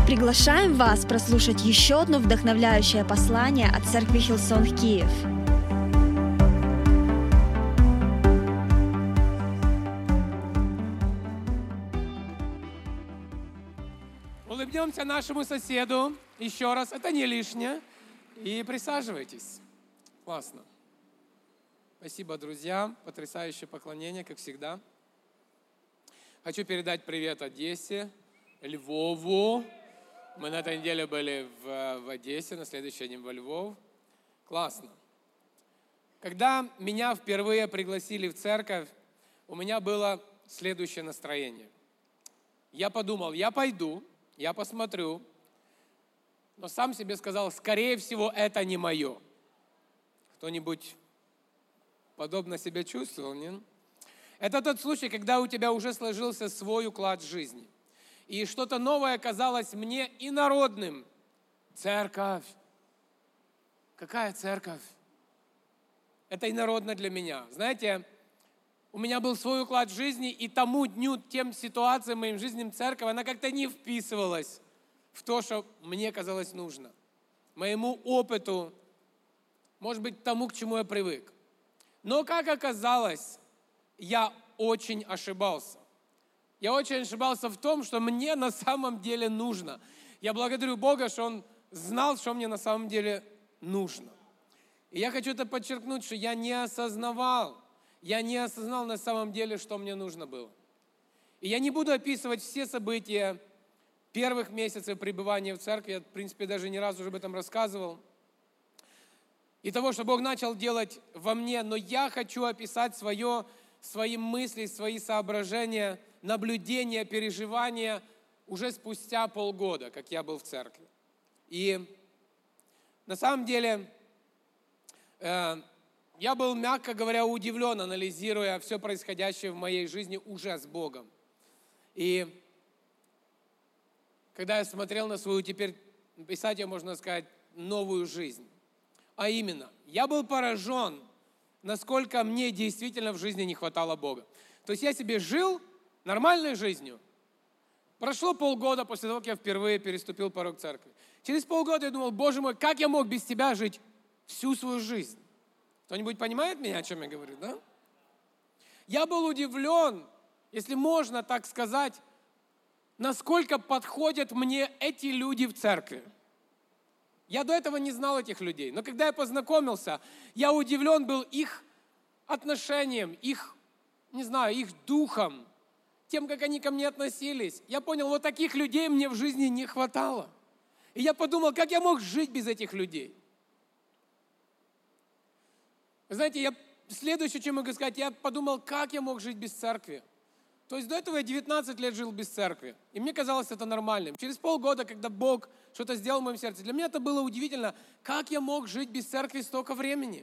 Приглашаем вас прослушать еще одно вдохновляющее послание от Церкви Хиллсонг Киев. Улыбнемся нашему соседу еще раз, это не лишнее, и присаживайтесь. Классно. Спасибо, друзья, потрясающее поклонение, как всегда. Хочу передать привет Одессе, Львову. Мы на этой неделе были в Одессе, на следующий день во Львов. Классно. Когда меня впервые пригласили в церковь, у меня было следующее настроение. Я подумал, я пойду, я посмотрю, но сам себе сказал, скорее всего, это не мое. Кто-нибудь подобно себя чувствовал, нет? Это тот случай, когда у тебя уже сложился свой уклад жизни. И что-то новое казалось мне инородным. Церковь. Какая церковь? Это инородно для меня. Знаете, у меня был свой уклад жизни, и тому дню, тем ситуациям моим жизненным церковь, она как-то не вписывалась в то, что мне казалось нужно. Моему опыту, может быть, тому, к чему я привык. Но, как оказалось, я очень ошибался. Я очень ошибался в том, что мне на самом деле нужно. Я благодарю Бога, что Он знал, что мне на самом деле нужно. И я хочу это подчеркнуть, что я не осознавал на самом деле, что мне нужно было. И я не буду описывать все события первых месяцев пребывания в церкви. Я, в принципе, даже не раз уже об этом рассказывал. И того, что Бог начал делать во мне. Но я хочу описать свои мысли, свои соображения, наблюдения, переживания уже спустя полгода, как я был в церкви. И на самом деле я был, мягко говоря, удивлен, анализируя все происходящее в моей жизни уже с Богом. И когда я смотрел на свою теперь, писать ее, можно сказать, новую жизнь. А именно, я был поражен, насколько мне действительно в жизни не хватало Бога. То есть я себе жил нормальной жизнью. Прошло полгода после того, как я впервые переступил порог церкви. Через полгода я думал, Боже мой, как я мог без Тебя жить всю свою жизнь? Кто-нибудь понимает меня, о чем я говорю, да? Я был удивлен, если можно так сказать, насколько подходят мне эти люди в церкви. Я до этого не знал этих людей, но когда я познакомился, я удивлен был их отношением, их духом, тем, как они ко мне относились. Я понял, вот таких людей мне в жизни не хватало. И я подумал, как я мог жить без этих людей? Вы знаете, следующее, чем могу сказать, я подумал, как я мог жить без церкви. То есть до этого я 19 лет жил без церкви. И мне казалось это нормальным. Через полгода, когда Бог что-то сделал в моем сердце, для меня это было удивительно, как я мог жить без церкви столько времени.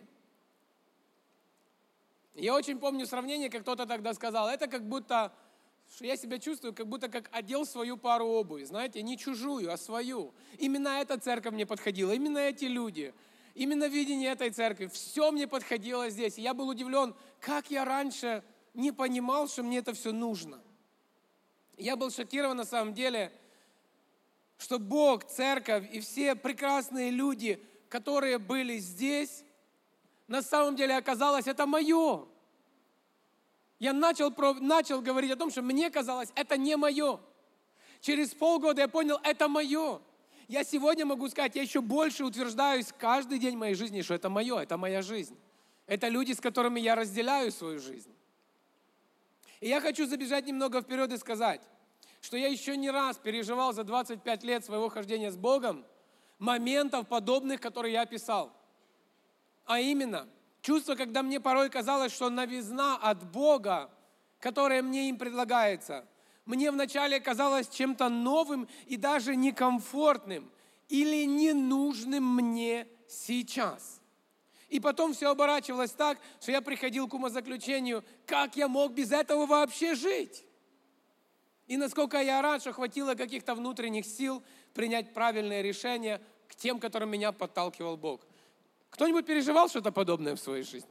Я очень помню сравнение, как кто-то тогда сказал, это как будто, что я себя чувствую, как будто как одел свою пару обуви, знаете, не чужую, а свою. Именно эта церковь мне подходила, именно эти люди, именно видение этой церкви, все мне подходило здесь. И я был удивлен, как я раньше не понимал, что мне это все нужно. Я был шокирован на самом деле, что Бог, церковь и все прекрасные люди, которые были здесь, на самом деле оказалось, это мое. Я начал говорить о том, что мне казалось, это не мое. Через полгода я понял, это мое. Я сегодня могу сказать, я еще больше утверждаюсь каждый день моей жизни, что это мое, это моя жизнь. Это люди, с которыми я разделяю свою жизнь. И я хочу забежать немного вперед и сказать, что я еще не раз переживал за 25 лет своего хождения с Богом моментов подобных, которые я описал. А именно, чувство, когда мне порой казалось, что новизна от Бога, которая мне им предлагается, мне вначале казалось чем-то новым и даже некомфортным или ненужным мне сейчас. И потом все оборачивалось так, что я приходил к умозаключению, как я мог без этого вообще жить. И насколько я рад, что хватило каких-то внутренних сил принять правильное решение к тем, которым меня подталкивал Бог. Кто-нибудь переживал что-то подобное в своей жизни?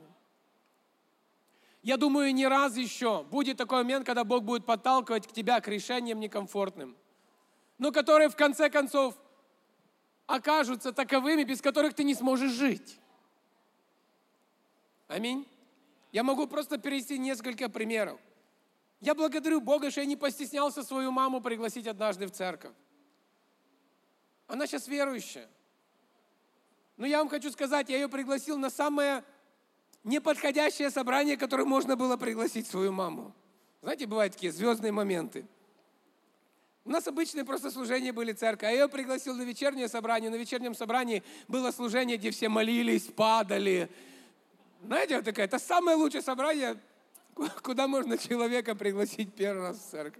Я думаю, не раз еще будет такой момент, когда Бог будет подталкивать к тебя к решениям некомфортным. но которые в конце концов окажутся таковыми, без которых ты не сможешь жить. Аминь. Я могу просто привести несколько примеров. Я благодарю Бога, что я не постеснялся свою маму пригласить однажды в церковь. Она сейчас верующая. Но я вам хочу сказать, я ее пригласил на самое неподходящее собрание, которое можно было пригласить свою маму. Знаете, бывают такие звездные моменты. У нас обычные просто служения были в церкви, а я ее пригласил на вечернее собрание. На вечернем собрании было служение, где все молились, падали. Знаете, вот такая, это самое лучшее собрание, куда можно человека пригласить первый раз в церковь.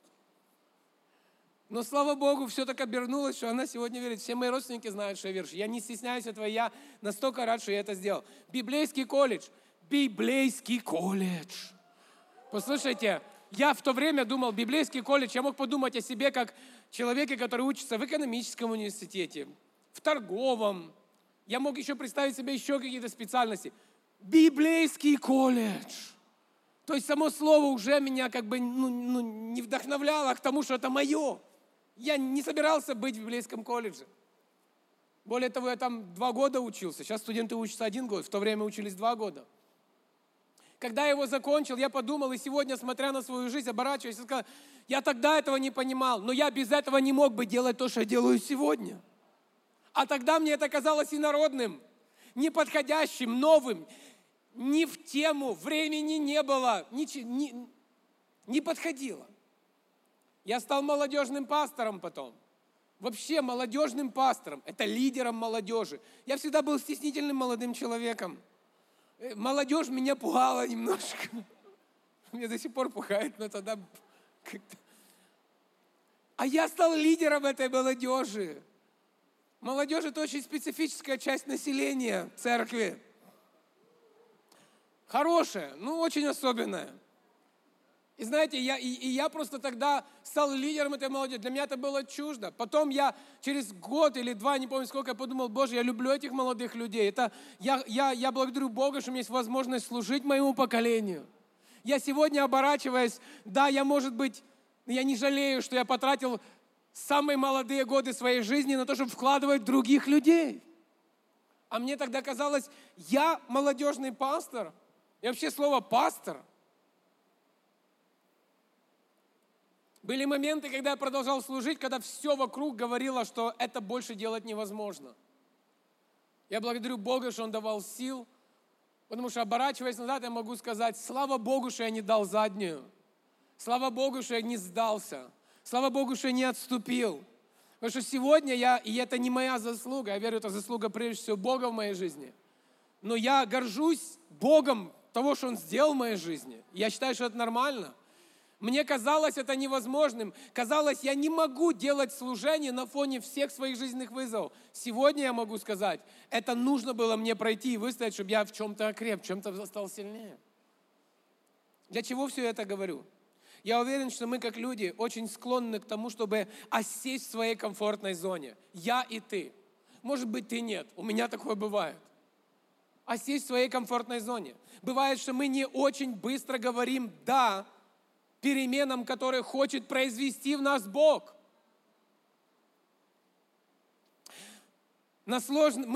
Но, слава Богу, все так обернулось, что она сегодня верит. Все мои родственники знают, что я верующий. Я не стесняюсь этого, я настолько рад, что я это сделал. Библейский колледж. Библейский колледж. Послушайте, я в то время думал, библейский колледж, я мог подумать о себе как человеке, который учится в экономическом университете, в торговом. Я мог еще представить себе еще какие-то специальности. Библейский колледж. То есть само слово уже меня как бы не вдохновляло к тому, что это мое. Я не собирался быть в библейском колледже. Более того, я там 2 года учился. Сейчас студенты учатся 1 год, в то время учились 2 года. Когда я его закончил, я подумал, и сегодня, смотря на свою жизнь, оборачиваясь, я сказал, я тогда этого не понимал, но я без этого не мог бы делать то, что я делаю сегодня. А тогда мне это казалось инородным, неподходящим, новым, не в тему, времени не было, не подходило. Я стал молодежным пастором потом. Вообще молодежным пастором, это лидером молодежи. Я всегда был стеснительным молодым человеком. Молодежь меня пугала немножко. Меня до сих пор пугает, но тогда как-то... А я стал лидером этой молодежи. Молодежь – это очень специфическая часть населения церкви. Хорошая, очень особенная. И знаете, я просто тогда стал лидером этой молодежи. Для меня это было чуждо. Потом я через год или 2, не помню сколько, я подумал, Боже, я люблю этих молодых людей. Я благодарю Бога, что у меня есть возможность служить моему поколению. Я сегодня, оборачиваясь, да, я не жалею, что я потратил самые молодые годы своей жизни на то, чтобы вкладывать в других людей. А мне тогда казалось, я молодежный пастор. И вообще слово «пастор». Были моменты, когда я продолжал служить, когда все вокруг говорило, что это больше делать невозможно. Я благодарю Бога, что Он давал сил, потому что, оборачиваясь назад, я могу сказать, слава Богу, что я не дал заднюю. Слава Богу, что я не сдался. Слава Богу, что я не отступил. Потому что сегодня и это не моя заслуга, я верю, это заслуга прежде всего Бога в моей жизни. Но я горжусь Богом того, что Он сделал в моей жизни. Я считаю, что это нормально. Мне казалось это невозможным. Казалось, я не могу делать служение на фоне всех своих жизненных вызовов. Сегодня я могу сказать, это нужно было мне пройти и выстоять, чтобы я в чем-то окреп, в чем-то стал сильнее. Для чего все это говорю? Я уверен, что мы, как люди, очень склонны к тому, чтобы осесть в своей комфортной зоне. Я и ты. Может быть, ты нет. У меня такое бывает. Осесть в своей комфортной зоне. Бывает, что мы не очень быстро говорим «да» переменам, которые хочет произвести в нас Бог. Нам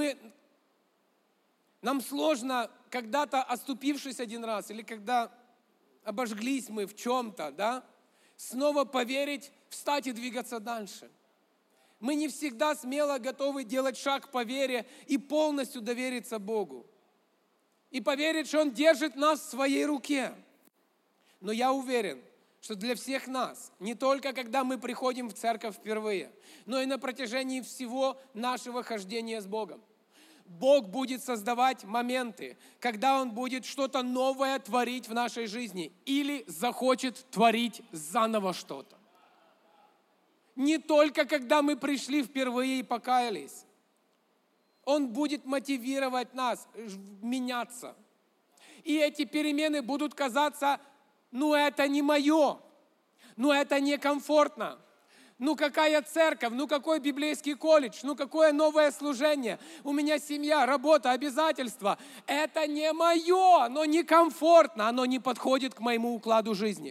сложно, когда-то оступившись один раз, или когда обожглись мы в чем-то, да, снова поверить, встать и двигаться дальше. Мы не всегда смело готовы делать шаг по вере и полностью довериться Богу. И поверить, что Он держит нас в своей руке. Но я уверен, что для всех нас, не только когда мы приходим в церковь впервые, но и на протяжении всего нашего хождения с Богом, Бог будет создавать моменты, когда Он будет что-то новое творить в нашей жизни или захочет творить заново что-то. Не только когда мы пришли впервые и покаялись. Он будет мотивировать нас меняться. И эти перемены будут казаться, это не мое, это некомфортно. Какая церковь, какой библейский колледж, какое новое служение. У меня семья, работа, обязательства. Это не мое, оно некомфортно, оно не подходит к моему укладу жизни.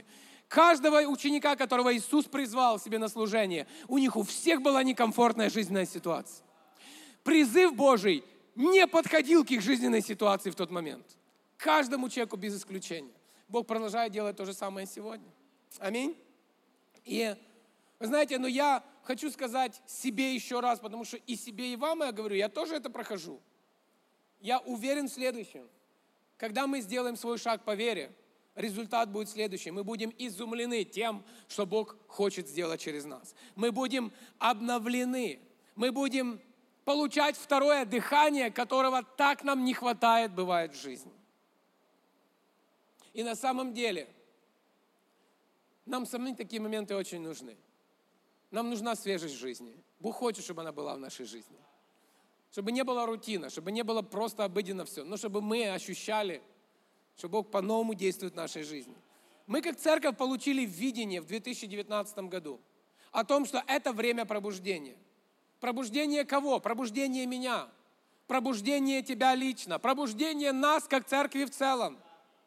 Каждого ученика, которого Иисус призвал себе на служение, у них у всех была некомфортная жизненная ситуация. Призыв Божий не подходил к их жизненной ситуации в тот момент. Каждому человеку без исключения. Бог продолжает делать то же самое сегодня. Аминь. И вы знаете, я хочу сказать себе еще раз, потому что и себе, и вам я говорю, я тоже это прохожу. Я уверен в следующем. Когда мы сделаем свой шаг по вере, результат будет следующий. Мы будем изумлены тем, что Бог хочет сделать через нас. Мы будем обновлены. Мы будем получать второе дыхание, которого так нам не хватает, бывает, в жизни. И на самом деле, нам самим такие моменты очень нужны. Нам нужна свежесть в жизни. Бог хочет, чтобы она была в нашей жизни. Чтобы не было рутина, чтобы не было просто обыденно все, но чтобы мы ощущали, что Бог по-новому действует в нашей жизни. Мы как церковь получили видение в 2019 году о том, что это время пробуждения. Пробуждение кого? Пробуждение меня. Пробуждение тебя лично. Пробуждение нас как церкви в целом.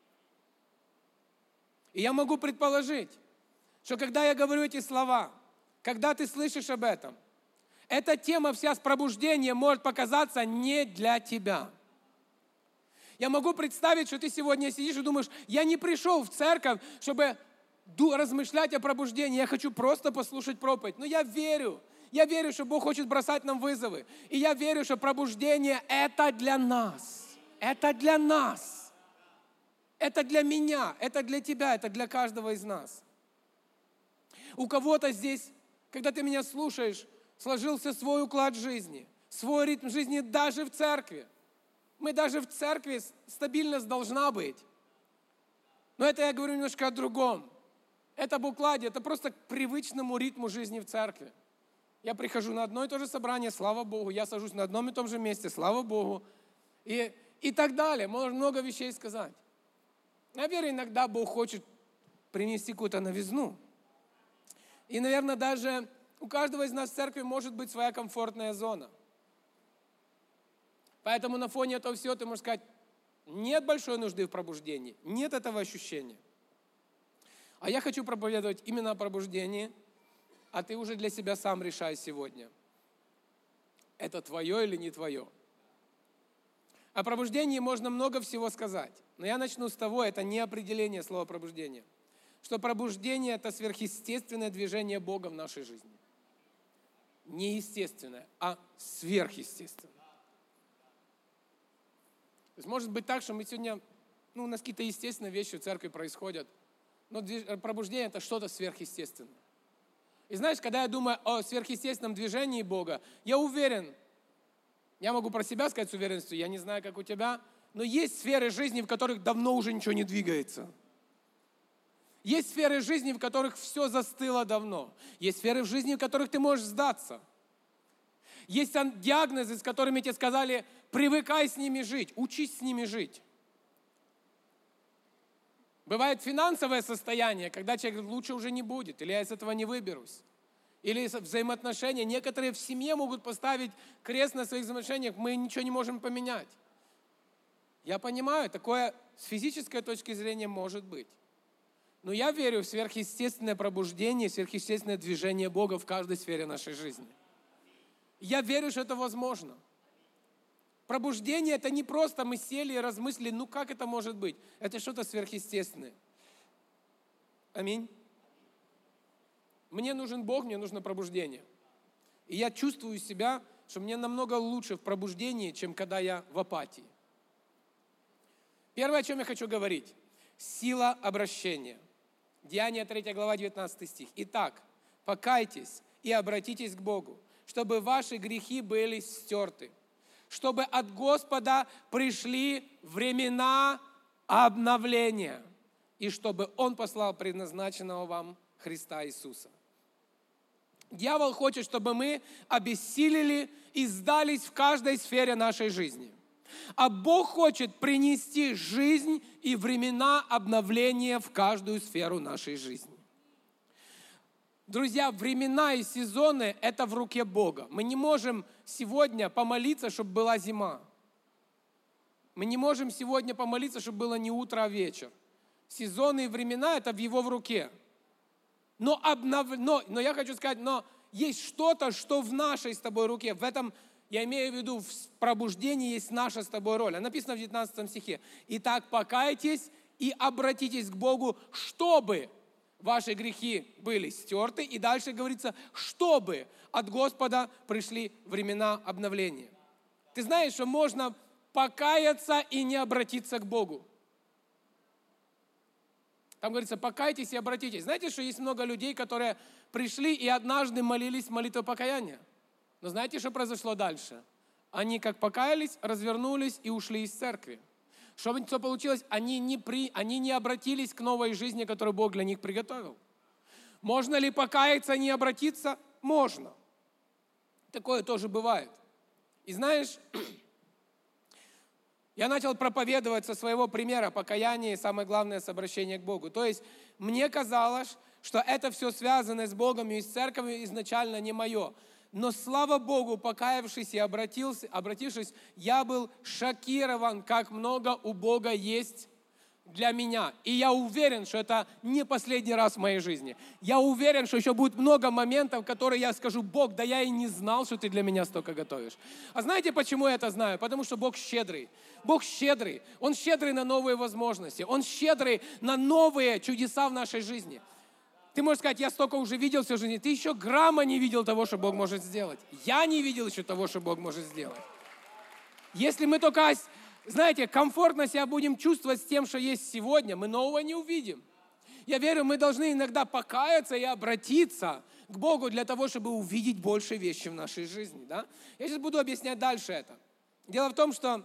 И я могу предположить, что когда я говорю эти слова, когда ты слышишь об этом, эта тема вся с пробуждением может показаться не для тебя. Я могу представить, что ты сегодня сидишь и думаешь, я не пришел в церковь, чтобы размышлять о пробуждении, я хочу просто послушать проповедь. Но я верю, что Бог хочет бросать нам вызовы. И я верю, что пробуждение – это для нас. Это для нас. Это для меня, это для тебя, это для каждого из нас. У кого-то здесь, когда ты меня слушаешь, сложился свой уклад жизни, свой ритм жизни даже в церкви. Мы даже в церкви, стабильность должна быть. Но это я говорю немножко о другом. Это об укладе, это просто к привычному ритму жизни в церкви. Я прихожу на одно и то же собрание, слава Богу. Я сажусь на одном и том же месте, слава Богу. И так далее. Можно много вещей сказать. Я верю, иногда Бог хочет принести какую-то новизну. И, наверное, даже у каждого из нас в церкви может быть своя комфортная зона. Поэтому на фоне этого всего ты можешь сказать, нет большой нужды в пробуждении, нет этого ощущения. А я хочу проповедовать именно о пробуждении, а ты уже для себя сам решай сегодня, это твое или не твое. О пробуждении можно много всего сказать, но я начну с того, это не определение слова пробуждение, что пробуждение – это сверхъестественное движение Бога в нашей жизни. Не естественное, а сверхъестественное. То есть может быть так, что мы сегодня, у нас какие-то естественные вещи в церкви происходят, но пробуждение – это что-то сверхъестественное. И знаешь, когда я думаю о сверхъестественном движении Бога, я уверен, я могу про себя сказать с уверенностью, я не знаю, как у тебя, но есть сферы жизни, в которых давно уже ничего не двигается. Есть сферы жизни, в которых все застыло давно. Есть сферы в жизни, в которых ты можешь сдаться. Есть диагнозы, с которыми тебе сказали, привыкай с ними жить, учись с ними жить. Бывает финансовое состояние, когда человек говорит, лучше уже не будет, или я из этого не выберусь. Или взаимоотношения. Некоторые в семье могут поставить крест на своих взаимоотношениях, мы ничего не можем поменять. Я понимаю, такое с физической точки зрения может быть. Но я верю в сверхъестественное пробуждение, сверхъестественное движение Бога в каждой сфере нашей жизни. Я верю, что это возможно. Пробуждение – это не просто мы сели и размыслили, как это может быть? Это что-то сверхъестественное. Аминь. Мне нужен Бог, мне нужно пробуждение. И я чувствую себя, что мне намного лучше в пробуждении, чем когда я в апатии. Первое, о чем я хочу говорить – сила обращения. Деяния 3 глава, 19 стих. Итак, покайтесь и обратитесь к Богу, чтобы ваши грехи были стерты, чтобы от Господа пришли времена обновления, и чтобы Он послал предназначенного вам Христа Иисуса. Дьявол хочет, чтобы мы обессилели и сдались в каждой сфере нашей жизни. А Бог хочет принести жизнь и времена обновления в каждую сферу нашей жизни. Друзья, времена и сезоны – это в руке Бога. Мы не можем сегодня помолиться, чтобы была зима. Мы не можем сегодня помолиться, чтобы было не утро, а вечер. Сезоны и времена – это в Его руке. Но я хочу сказать, но есть что-то, что в нашей с тобой руке. В этом, я имею в виду, в пробуждении есть наша с тобой роль. Написано в 19 стихе. «Итак, покайтесь и обратитесь к Богу, чтобы ваши грехи были стерты». И дальше говорится, чтобы от Господа пришли времена обновления. Ты знаешь, что можно покаяться и не обратиться к Богу. Там говорится, покайтесь и обратитесь. Знаете, что есть много людей, которые пришли и однажды молились молитвой покаяния. Но знаете, что произошло дальше? Они как покаялись, развернулись и ушли из церкви. Что получилось? Они не обратились к новой жизни, которую Бог для них приготовил. Можно ли покаяться и не обратиться? Можно. Такое тоже бывает. И знаешь, я начал проповедовать со своего примера покаяния и, самое главное, с обращения к Богу. То есть мне казалось, что это все связано с Богом и с церковью изначально не мое. Но слава Богу, покаявшись и обратившись, я был шокирован, как много у Бога есть для меня. И я уверен, что это не последний раз в моей жизни. Я уверен, что еще будет много моментов, в которые я скажу: Бог, да я и не знал, что ты для меня столько готовишь. А знаете, почему я это знаю? Потому что Бог щедрый. Бог щедрый. Он щедрый на новые возможности. Он щедрый на новые чудеса в нашей жизни. Ты можешь сказать: я столько уже видел всю жизнь. Ты еще грамма не видел того, что Бог может сделать. Я не видел еще того, что Бог может сделать. Если мы только, знаете, комфортно себя будем чувствовать с тем, что есть сегодня, мы нового не увидим. Я верю, мы должны иногда покаяться и обратиться к Богу для того, чтобы увидеть больше вещей в нашей жизни. Да? Я сейчас буду объяснять дальше это. Дело в том, что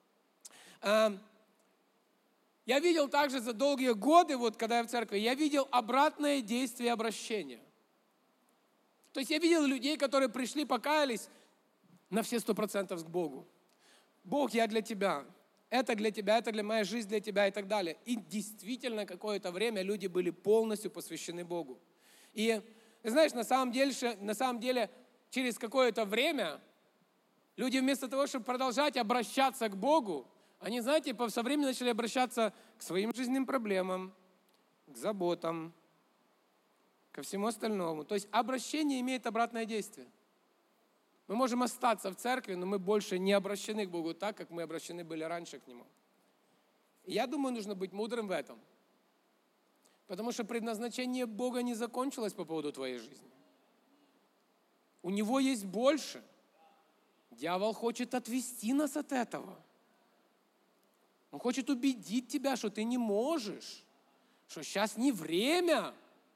я видел также за долгие годы, вот когда я в церкви, я видел обратное действие обращения. То есть я видел людей, которые пришли, покаялись на все 100% к Богу. Бог, я для Тебя. Это для Тебя, это для моей жизни, для Тебя и так далее. И действительно какое-то время люди были полностью посвящены Богу. И знаешь, на самом деле через какое-то время люди вместо того, чтобы продолжать обращаться к Богу, они, знаете, со временем начали обращаться к своим жизненным проблемам, к заботам, ко всему остальному. То есть обращение имеет обратное действие. Мы можем остаться в церкви, но мы больше не обращены к Богу так, как мы обращены были раньше к Нему. И я думаю, нужно быть мудрым в этом. Потому что предназначение Бога не закончилось по поводу твоей жизни. У Него есть больше. Дьявол хочет отвести нас от этого. Он хочет убедить тебя, что ты не можешь, что сейчас не время.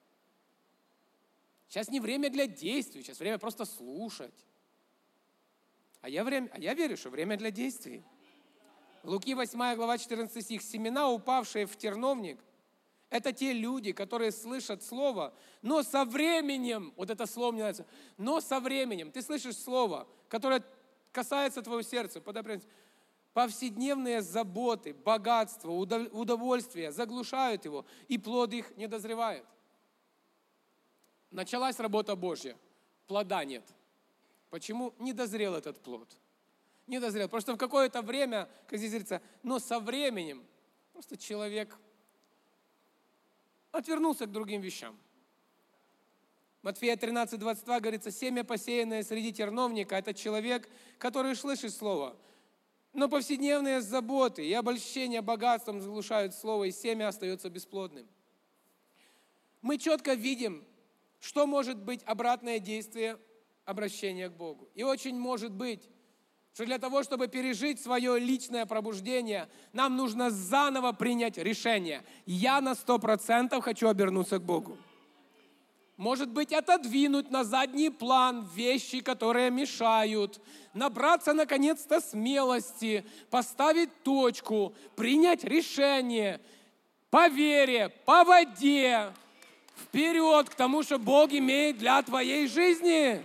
Сейчас не время для действий, сейчас время просто слушать. А я верю, что время для действий. Луки 8 глава 14 стих. «Семена, упавшие в терновник, это те люди, которые слышат слово, но со временем», вот это слово мне нравится, «но со временем». Ты слышишь слово, которое касается твоего сердца, повседневные заботы, богатство, удовольствие заглушают его, и плод их не дозревает. Началась работа Божья, плода нет. Почему? Не дозрел этот плод. Не дозрел. Просто в какое-то время, как здесь говорится, но со временем просто человек отвернулся к другим вещам. Матфея 13:22 говорится: «Семя, посеянное среди терновника, это человек, который слышит слово. Но повседневные заботы и обольщения богатством заглушают слово, и семя остается бесплодным». Мы четко видим, что может быть обратное действие обращения к Богу. И очень может быть, что для того, чтобы пережить свое личное пробуждение, нам нужно заново принять решение. Я на 100% хочу обернуться к Богу. Может быть, отодвинуть на задний план вещи, которые мешают, набраться наконец-то смелости, поставить точку, принять решение по вере, по воде, вперед к тому, что Бог имеет для твоей жизни.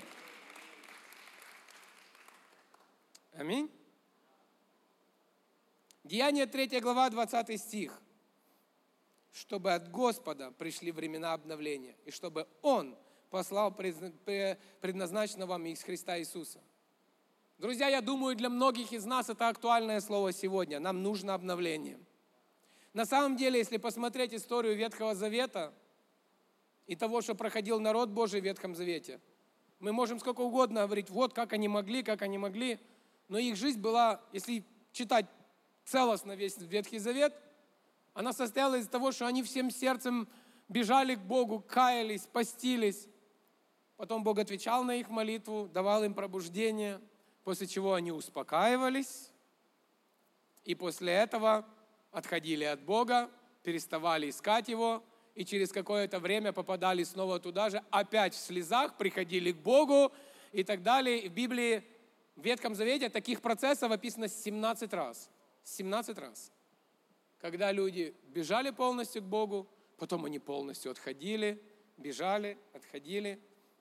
Аминь. Деяния 3 глава 20 стих. «Чтобы от Господа пришли времена обновления, и чтобы Он послал предназначенного вам из Христа Иисуса». Друзья, я думаю, для многих из нас это актуальное слово сегодня. Нам нужно обновление. На самом деле, если посмотреть историю Ветхого Завета, и того, что проходил народ Божий в Ветхом Завете. Мы можем сколько угодно говорить, вот как они могли, но их жизнь была, если читать целостно весь Ветхий Завет, она состояла из того, что они всем сердцем бежали к Богу, каялись, постились. Потом Бог отвечал на их молитву, давал им пробуждение, после чего они успокаивались, и после этого отходили от Бога, переставали искать Его, и через какое-то время попадали снова туда же, опять в слезах, приходили к Богу и так далее. И в Библии, в Ветхом Завете таких процессов описано 17 раз. 17 раз. Когда люди бежали полностью к Богу, потом они полностью отходили, бежали, отходили.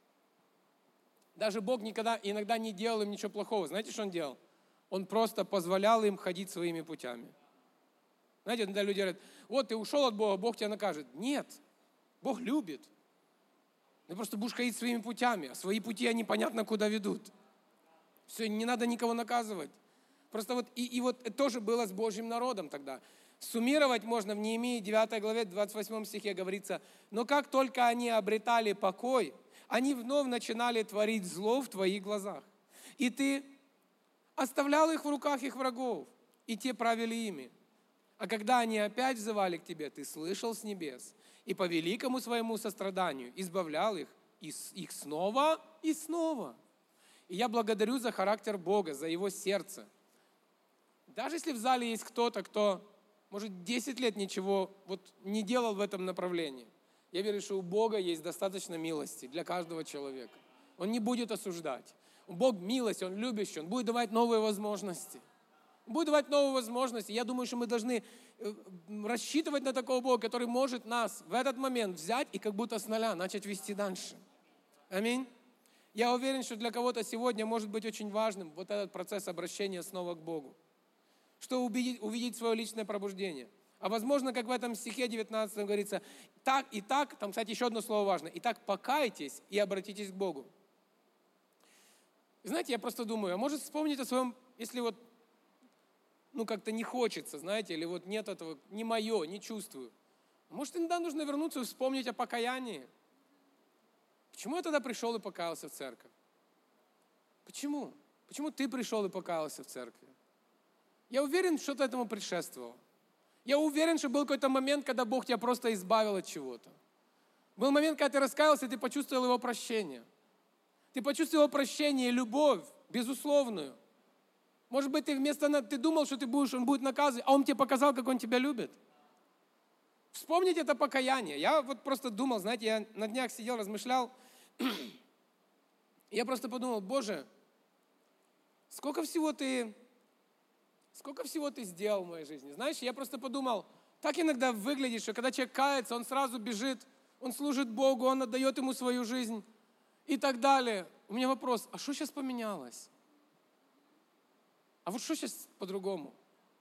Даже Бог иногда не делал им ничего плохого. Знаете, что Он делал? Он просто позволял им ходить своими путями. Знаете, иногда люди говорят, вот ты ушел от Бога, Бог тебя накажет. Нет, Бог любит. Ты просто будешь ходить своими путями, а свои пути, они понятно куда ведут. Все, не надо никого наказывать. Просто вот, и вот это тоже было с Божьим народом тогда. Суммировать можно в Неемии 9 главе 28 стихе говорится, но как только они обретали покой, они вновь начинали творить зло в твоих глазах. И ты оставлял их в руках их врагов, и те правили ими. А когда они опять взывали к тебе, ты слышал с небес, и по великому своему состраданию избавлял их снова и снова. И я благодарю за характер Бога, за Его сердце. Даже если в зале есть кто-то, кто, может, 10 лет ничего не делал в этом направлении, я верю, что у Бога есть достаточно милости для каждого человека. Он не будет осуждать. Бог милость, Он любящий, Он будет давать новые возможности. Он будет давать новые возможности. Я думаю, что мы должны рассчитывать на такого Бога, который может нас в этот момент взять и как будто с нуля начать вести дальше. Аминь. Я уверен, что для кого-то сегодня может быть очень важным вот этот процесс обращения снова к Богу. Что увидеть свое личное пробуждение. А возможно, как в этом стихе 19 говорится, так и так, там, кстати, еще одно слово важно, итак, покайтесь и обратитесь к Богу. И знаете, я просто думаю, а может вспомнить о своем, если как-то не хочется, знаете, или нет этого, не мое, не чувствую. Может, иногда нужно вернуться и вспомнить о покаянии. Почему я тогда пришел и покаялся в церковь? Почему? Почему ты пришел и покаялся в церкви? Я уверен, что-то этому предшествовало. Я уверен, что был какой-то момент, когда Бог тебя просто избавил от чего-то. Был момент, когда ты раскаялся, и ты почувствовал Его прощение. Ты почувствовал прощение и любовь, безусловную. Может быть, ты думал, что Он будет наказывать, а Он тебе показал, как Он тебя любит. Вспомнить это покаяние. Я просто думал, знаете, я на днях сидел, размышлял. Я просто подумал, Боже, сколько всего Ты сделал в моей жизни. Знаешь, я просто подумал, так иногда выглядит, что когда человек кается, он сразу бежит, он служит Богу, он отдает Ему свою жизнь и так далее. У меня вопрос, а что сейчас поменялось? А вот что сейчас по-другому?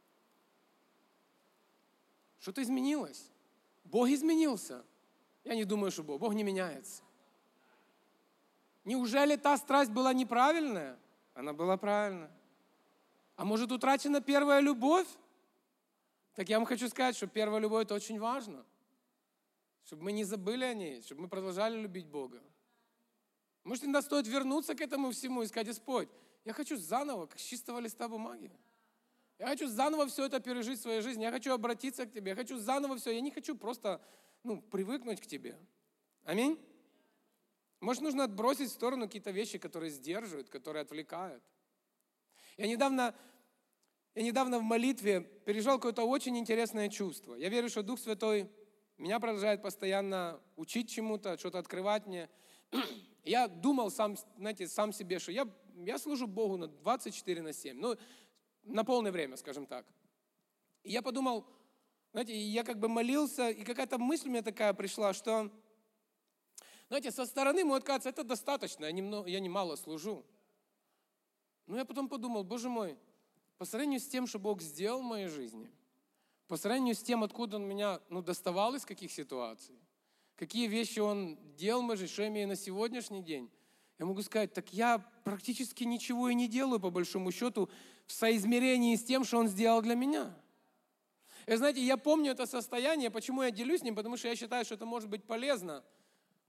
Что-то изменилось. Бог изменился. Я не думаю, что Бог не меняется. Неужели та страсть была неправильная? Она была правильная. А может, утрачена первая любовь? Так я вам хочу сказать, что первая любовь – это очень важно. Чтобы мы не забыли о ней, чтобы мы продолжали любить Бога. Может, иногда стоит вернуться к этому всему и сказать, Господь, я хочу заново, как с чистого листа бумаги. Я хочу заново все это пережить в своей жизни. Я хочу обратиться к Тебе. Я хочу заново все. Я не хочу просто привыкнуть к Тебе. Аминь. Может, нужно отбросить в сторону какие-то вещи, которые сдерживают, которые отвлекают. Я недавно в молитве пережил какое-то очень интересное чувство. Я верю, что Дух Святой меня продолжает постоянно учить чему-то, что-то открывать мне. Я думал сам себе, что я служу Богу на 24/7, на полное время, скажем так. И я подумал, знаете, я молился, и какая-то мысль у меня такая пришла, что, знаете, со стороны может казаться, это достаточно, я немало служу. Но я потом подумал, Боже мой, по сравнению с тем, что Бог сделал в моей жизни, по сравнению с тем, откуда Он меня доставал из каких ситуаций, какие вещи Он делал в моей жизни, что я имею на сегодняшний день, я могу сказать, так я практически ничего и не делаю, по большому счету, в соизмерении с тем, что Он сделал для меня. И знаете, я помню это состояние, почему я делюсь с ним, потому что я считаю, что это может быть полезно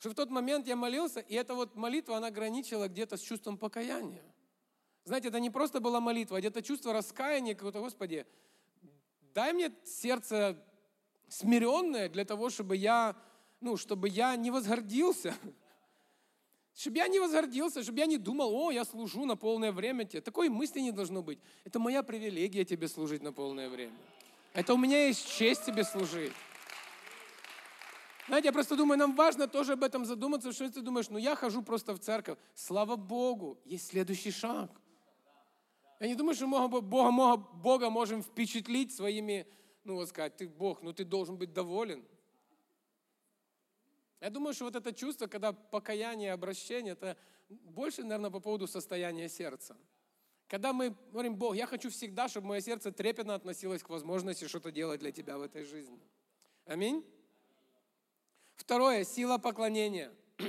что в тот момент я молился, и эта вот молитва, она граничила где-то с чувством покаяния. Знаете, это не просто была молитва, а где-то чувство раскаяния какого-то, Господи, дай мне сердце смиренное для того, чтобы я не возгордился. Чтобы я не возгордился, чтобы я не думал, я служу на полное время тебе. Такой мысли не должно быть. Это моя привилегия тебе служить на полное время. Это у меня есть честь тебе служить. Знаете, я просто думаю, нам важно тоже об этом задуматься, что ты думаешь, я хожу просто в церковь. Слава Богу, есть следующий шаг. Я не думаю, что Бога можем впечатлить своими, сказать, ты Бог, ты должен быть доволен. Я думаю, что вот это чувство, когда покаяние, обращение, это больше, наверное, по поводу состояния сердца. Когда мы говорим, Бог, я хочу всегда, чтобы мое сердце трепетно относилось к возможности что-то делать для Тебя в этой жизни. Аминь. Второе, сила поклонения.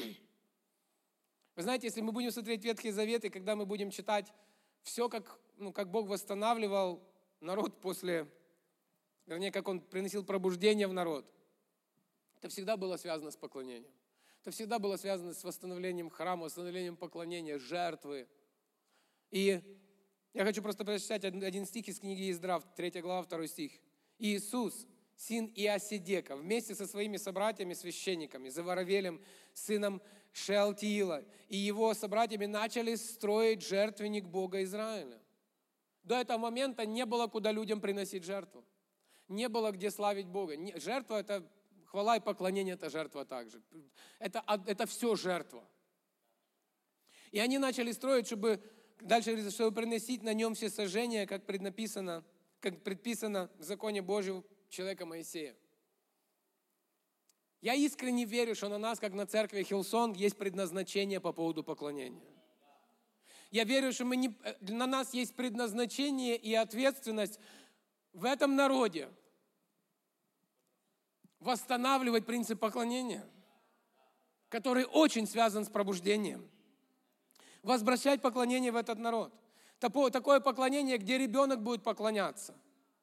Вы знаете, если мы будем смотреть Ветхий Завет, и когда мы будем читать все, как Бог восстанавливал народ как Он приносил пробуждение в народ, это всегда было связано с поклонением. Это всегда было связано с восстановлением храма, восстановлением поклонения, жертвы. И я хочу просто прочитать один стих из книги Издрав, 3 глава, 2 стих. Иисус, сын Иосидека, вместе со своими собратьями-священниками, Заваравелем, сыном Шеалтиила, и его собратьями начали строить жертвенник Бога Израиля. До этого момента не было, куда людям приносить жертву. Не было, где славить Бога. Жертва – это хвала и поклонение – это жертва также. Это все жертва. И они начали строить, чтобы приносить на нем все сожжения, как предписано в законе Божьем человека Моисея. Я искренне верю, что на нас, как на церкви Хиллсонг, есть предназначение по поводу поклонения. Я верю, что на нас есть предназначение и ответственность в этом народе восстанавливать принцип поклонения, который очень связан с пробуждением. Возвращать поклонение в этот народ. Такое поклонение, где ребенок будет поклоняться,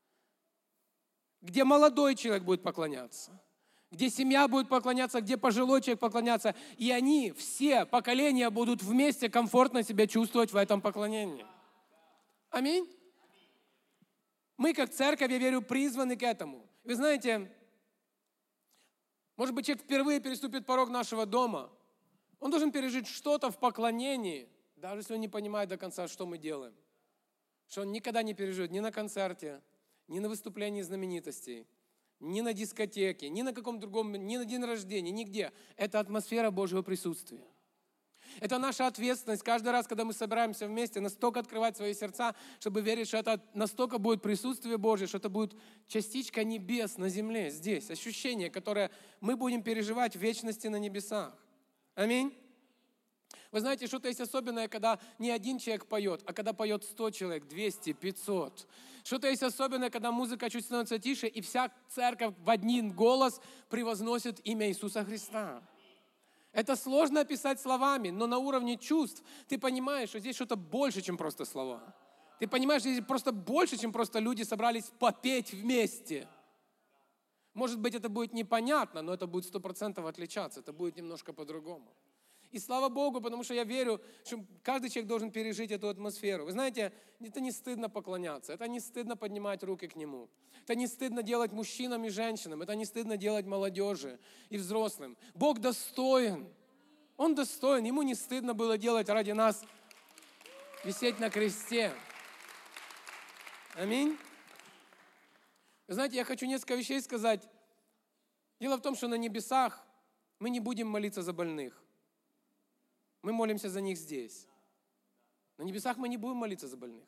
где молодой человек будет поклоняться, где семья будет поклоняться, где пожилой человек поклоняться. И они, все поколения, будут вместе комфортно себя чувствовать в этом поклонении. Аминь. Мы, как церковь, я верю, призваны к этому. Вы знаете, может быть, человек впервые переступит порог нашего дома. Он должен пережить что-то в поклонении, даже если он не понимает до конца, что мы делаем. Что он никогда не переживет ни на концерте, ни на выступлении знаменитостей, ни на дискотеке, ни на каком другом, ни на день рождения, нигде. Это атмосфера Божьего присутствия. Это наша ответственность каждый раз, когда мы собираемся вместе, настолько открывать свои сердца, чтобы верить, что это настолько будет присутствие Божье, что это будет частичка небес на земле, здесь. Ощущение, которое мы будем переживать в вечности на небесах. Аминь. Вы знаете, что-то есть особенное, когда не один человек поет, а когда поет 100 человек, 200, 500. Что-то есть особенное, когда музыка чуть становится тише, и вся церковь в один голос превозносит имя Иисуса Христа. Это сложно описать словами, но на уровне чувств ты понимаешь, что здесь что-то больше, чем просто слова. Ты понимаешь, что здесь просто больше, чем просто люди собрались попеть вместе. Может быть, это будет непонятно, но это будет 100% отличаться, это будет немножко по-другому. И слава Богу, потому что я верю, что каждый человек должен пережить эту атмосферу. Вы знаете, это не стыдно поклоняться, это не стыдно поднимать руки к Нему. Это не стыдно делать мужчинам и женщинам, это не стыдно делать молодежи и взрослым. Бог достоин, Он достоин, Ему не стыдно было делать ради нас, висеть на кресте. Аминь. Вы знаете, я хочу несколько вещей сказать. Дело в том, что на небесах мы не будем молиться за больных. Мы молимся за них здесь. На небесах мы не будем молиться за больных.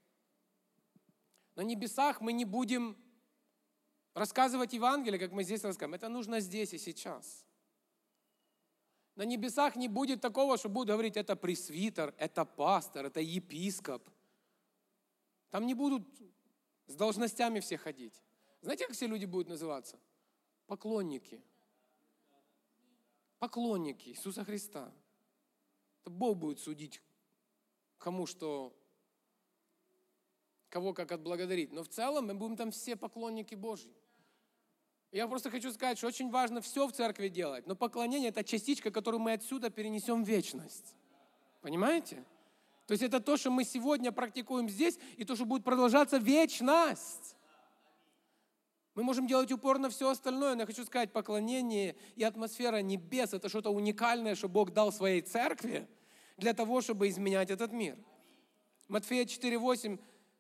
На небесах мы не будем рассказывать Евангелие, как мы здесь рассказываем. Это нужно здесь и сейчас. На небесах не будет такого, что будут говорить, это пресвитер, это пастор, это епископ. Там не будут с должностями все ходить. Знаете, как все люди будут называться? Поклонники. Поклонники Иисуса Христа. Это Бог будет судить, кого как отблагодарить. Но в целом мы будем там все поклонники Божьи. Я просто хочу сказать, что очень важно все в церкви делать, но поклонение – это частичка, которую мы отсюда перенесем в вечность. Понимаете? То есть это то, что мы сегодня практикуем здесь, и то, что будет продолжаться вечность. Мы можем делать упор на все остальное, но я хочу сказать, поклонение и атмосфера небес – это что-то уникальное, что Бог дал своей церкви для того, чтобы изменять этот мир. Матфея 4:8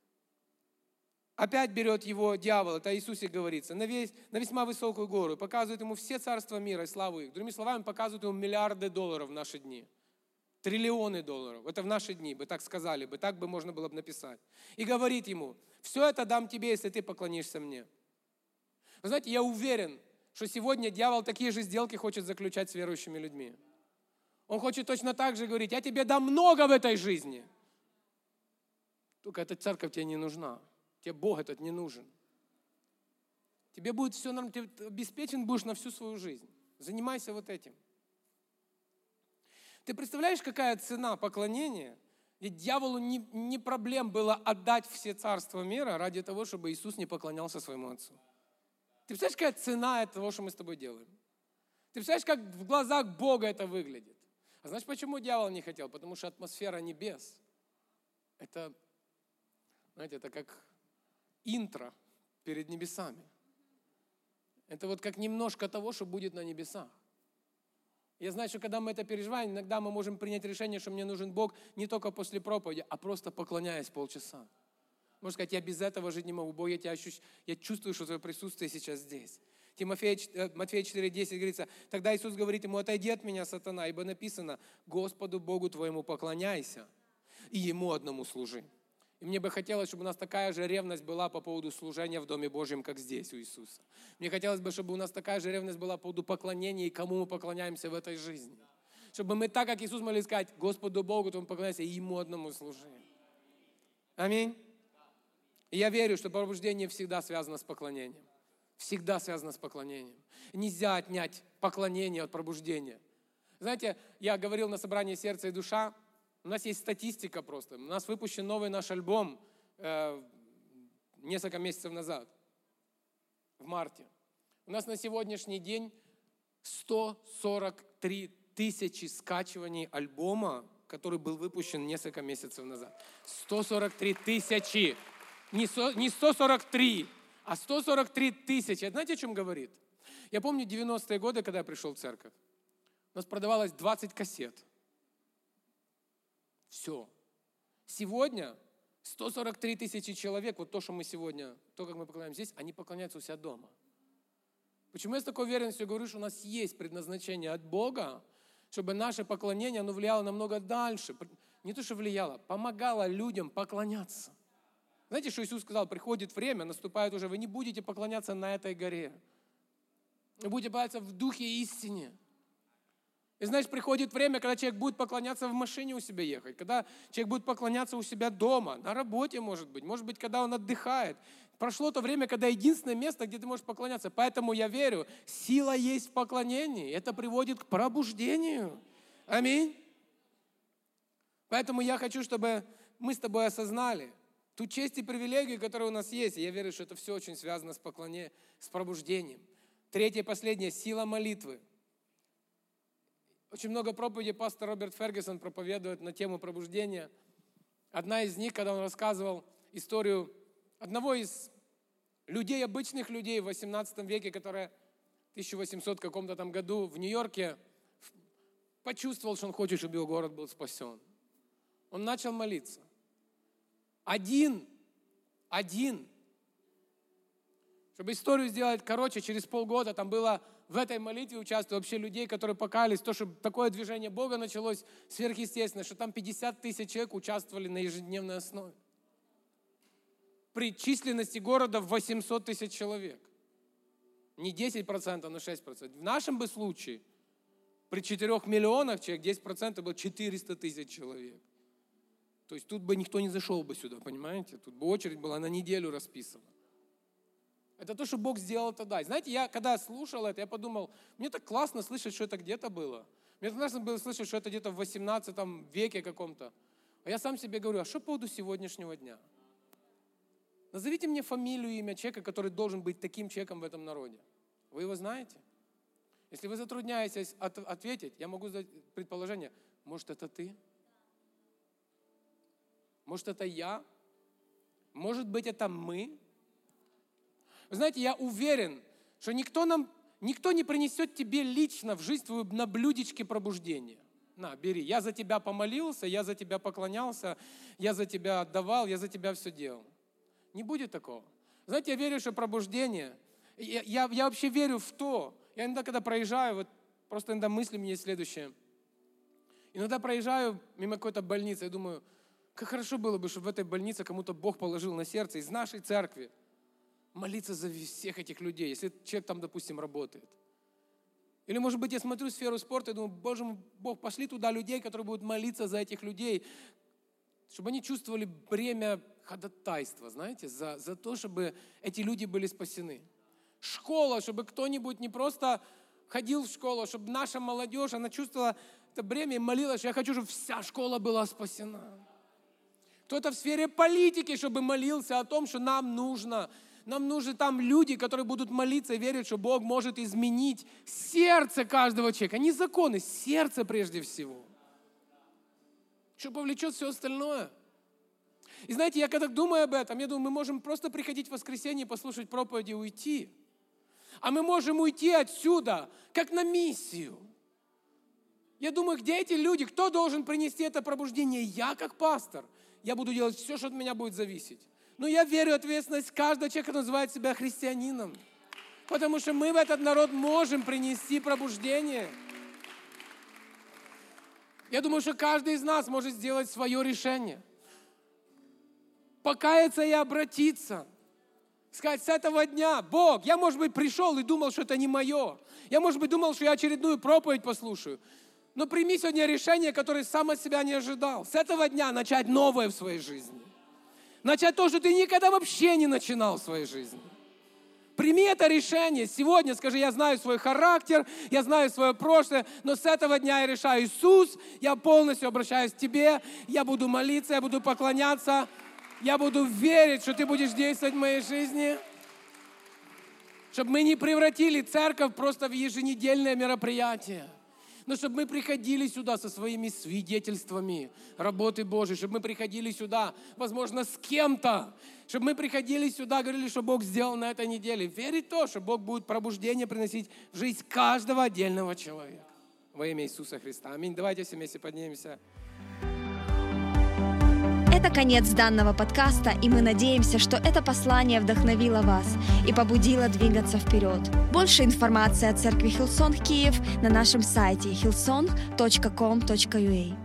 опять берет его дьявол, это о Иисусе говорится, на весьма высокую гору, показывает ему все царства мира и славу их. Другими словами, показывает ему миллиарды долларов в наши дни. Триллионы долларов. Это в наши дни бы так сказали бы, так бы можно было бы написать. И говорит ему: все это дам тебе, если ты поклонишься мне. Вы знаете, я уверен, что сегодня дьявол такие же сделки хочет заключать с верующими людьми. Он хочет точно так же говорить: я тебе дам много в этой жизни. Только эта церковь тебе не нужна. Тебе Бог этот не нужен. Тебе будет все нормально, ты обеспечен будешь на всю свою жизнь. Занимайся вот этим. Ты представляешь, какая цена поклонения? Ведь дьяволу не проблем было отдать все царства мира ради того, чтобы Иисус не поклонялся своему Отцу. Ты представляешь, какая цена того, что мы с тобой делаем? Ты представляешь, как в глазах Бога это выглядит? А знаешь, почему дьявол не хотел? Потому что атмосфера небес – это, знаете, это как интро перед небесами. Это вот как немножко того, что будет на небесах. Я знаю, что когда мы это переживаем, иногда мы можем принять решение, что мне нужен Бог не только после проповеди, а просто поклоняясь полчаса. Можно сказать, я без этого жить не могу. Бог, я чувствую, что Твое присутствие сейчас здесь. Матфея 4:10 говорится: тогда Иисус говорит ему: отойди от меня, сатана, ибо написано: Господу Богу твоему поклоняйся и Ему одному служи. И мне бы хотелось, чтобы у нас такая же ревность была по поводу служения в Доме Божьем, как здесь у Иисуса. Мне хотелось бы, чтобы у нас такая же ревность была по поводу поклонения и кому мы поклоняемся в этой жизни. Чтобы мы так, как Иисус, могли сказать: Господу Богу твоему поклоняйся и Ему одному служи. Аминь. И я верю, что пробуждение всегда связано с поклонением. Всегда связано с поклонением. Нельзя отнять поклонение от пробуждения. Знаете, я говорил на собрании «Сердце и душа», у нас есть статистика просто. У нас выпущен новый наш альбом несколько месяцев назад, в марте. У нас на сегодняшний день 143 тысячи скачиваний альбома, который был выпущен несколько месяцев назад. 143 тысячи. Не 143, а 143 тысячи. Знаете, о чем говорит? Я помню 90-е годы, когда я пришел в церковь. У нас продавалось 20 кассет. Все. Сегодня 143 тысячи человек, вот то, что мы сегодня, то, как мы поклоняемся здесь, они поклоняются у себя дома. Почему я с такой уверенностью говорю, что у нас есть предназначение от Бога, чтобы наше поклонение, оно влияло намного дальше. Не то, что влияло, помогало людям поклоняться. Знаете, что Иисус сказал? Приходит время, наступает уже, вы не будете поклоняться на этой горе. Вы будете поклоняться в духе и истине. И знаешь, приходит время, когда человек будет поклоняться в машине у себя ехать, когда человек будет поклоняться у себя дома, на работе, может быть, когда он отдыхает. Прошло то время, когда единственное место, где ты можешь поклоняться. Поэтому я верю, сила есть в поклонении. Это приводит к пробуждению. Аминь. Поэтому я хочу, чтобы мы с тобой осознали ту честь и привилегию, которая у нас есть. И я верю, что это все очень связано с поклонением, с пробуждением. Третье и последнее – сила молитвы. Очень много проповедей пастор Роберт Фергюсон проповедует на тему пробуждения. Одна из них, когда он рассказывал историю одного из людей, обычных людей в 18 веке, который в 1800 каком-то там году в Нью-Йорке почувствовал, что он хочет, чтобы его город был спасен. Он начал молиться. Один. Чтобы историю сделать короче, через полгода там было в этой молитве участвовало вообще людей, которые покаялись, то, что такое движение Бога началось сверхъестественно, что там 50 тысяч человек участвовали на ежедневной основе. При численности города в 800 тысяч человек. Не 10%, но 6%. В нашем бы случае при 4 миллионах человек 10% было 400 тысяч человек. То есть тут бы никто не зашел бы сюда, понимаете? Тут бы очередь была на неделю расписана. Это то, что Бог сделал тогда. И знаете, я когда слушал это, я подумал, мне так классно слышать, что это где-то было. Мне так классно было слышать, что это где-то в 18 веке каком-то. А я сам себе говорю, а что по поводу сегодняшнего дня? Назовите мне фамилию, имя человека, который должен быть таким человеком в этом народе. Вы его знаете? Если вы затрудняетесь ответить, я могу задать предположение. Может, это ты? Может, это я? Может быть, это мы? Вы знаете, я уверен, что никто не принесет тебе лично в жизнь твою на блюдечке пробуждения. На, бери. Я за тебя помолился, я за тебя поклонялся, я за тебя отдавал, я за тебя все делал. Не будет такого. Знаете, я верю, что пробуждение, я вообще верю в то. Я иногда, когда проезжаю, вот просто иногда мысли у меня есть следующее. Иногда проезжаю мимо какой-то больницы, я думаю, как хорошо было бы, чтобы в этой больнице кому-то Бог положил на сердце из нашей церкви молиться за всех этих людей, если человек там, допустим, работает. Или, может быть, я смотрю сферу спорта и думаю, Боже мой, Бог, пошли туда людей, которые будут молиться за этих людей, чтобы они чувствовали бремя ходатайства, знаете, за то, чтобы эти люди были спасены. Школа, чтобы кто-нибудь не просто ходил в школу, чтобы наша молодежь, она чувствовала это бремя и молилась, что я хочу, чтобы вся школа была спасена. Кто-то в сфере политики, чтобы молился о том, что нам нужны там люди, которые будут молиться и верить, что Бог может изменить сердце каждого человека. Не законы, сердце прежде всего. Что повлечет все остальное. И знаете, я когда думаю об этом, я думаю, мы можем просто приходить в воскресенье, послушать проповеди и уйти. А мы можем уйти отсюда, как на миссию. Я думаю, где эти люди? Кто должен принести это пробуждение? Я, как пастор. Я буду делать все, что от меня будет зависеть. Но я верю в ответственность каждого человека, который называет себя христианином. Потому что мы в этот народ можем принести пробуждение. Я думаю, что каждый из нас может сделать свое решение. Покаяться и обратиться. Сказать, с этого дня, Бог, я, может быть, пришел и думал, что это не мое. Я, может быть, думал, что я очередную проповедь послушаю. Но прими сегодня решение, которое сам от себя не ожидал. С этого дня начать новое в своей жизни. Начать то, что ты никогда вообще не начинал в своей жизни. Прими это решение сегодня. Скажи, я знаю свой характер, я знаю свое прошлое, но с этого дня я решаю, Иисус, я полностью обращаюсь к Тебе, я буду молиться, я буду поклоняться, я буду верить, что Ты будешь действовать в моей жизни. Чтобы мы не превратили церковь просто в еженедельное мероприятие. Но чтобы мы приходили сюда со своими свидетельствами работы Божьей, чтобы мы приходили сюда, возможно, с кем-то, чтобы мы приходили сюда, говорили, что Бог сделал на этой неделе. Верить в то, что Бог будет пробуждение приносить в жизнь каждого отдельного человека. Во имя Иисуса Христа. Аминь. Давайте все вместе поднимемся. Это конец данного подкаста, и мы надеемся, что это послание вдохновило вас и побудило двигаться вперед. Больше информации о церкви Hillsong Киев на нашем сайте hillsong.com.ua.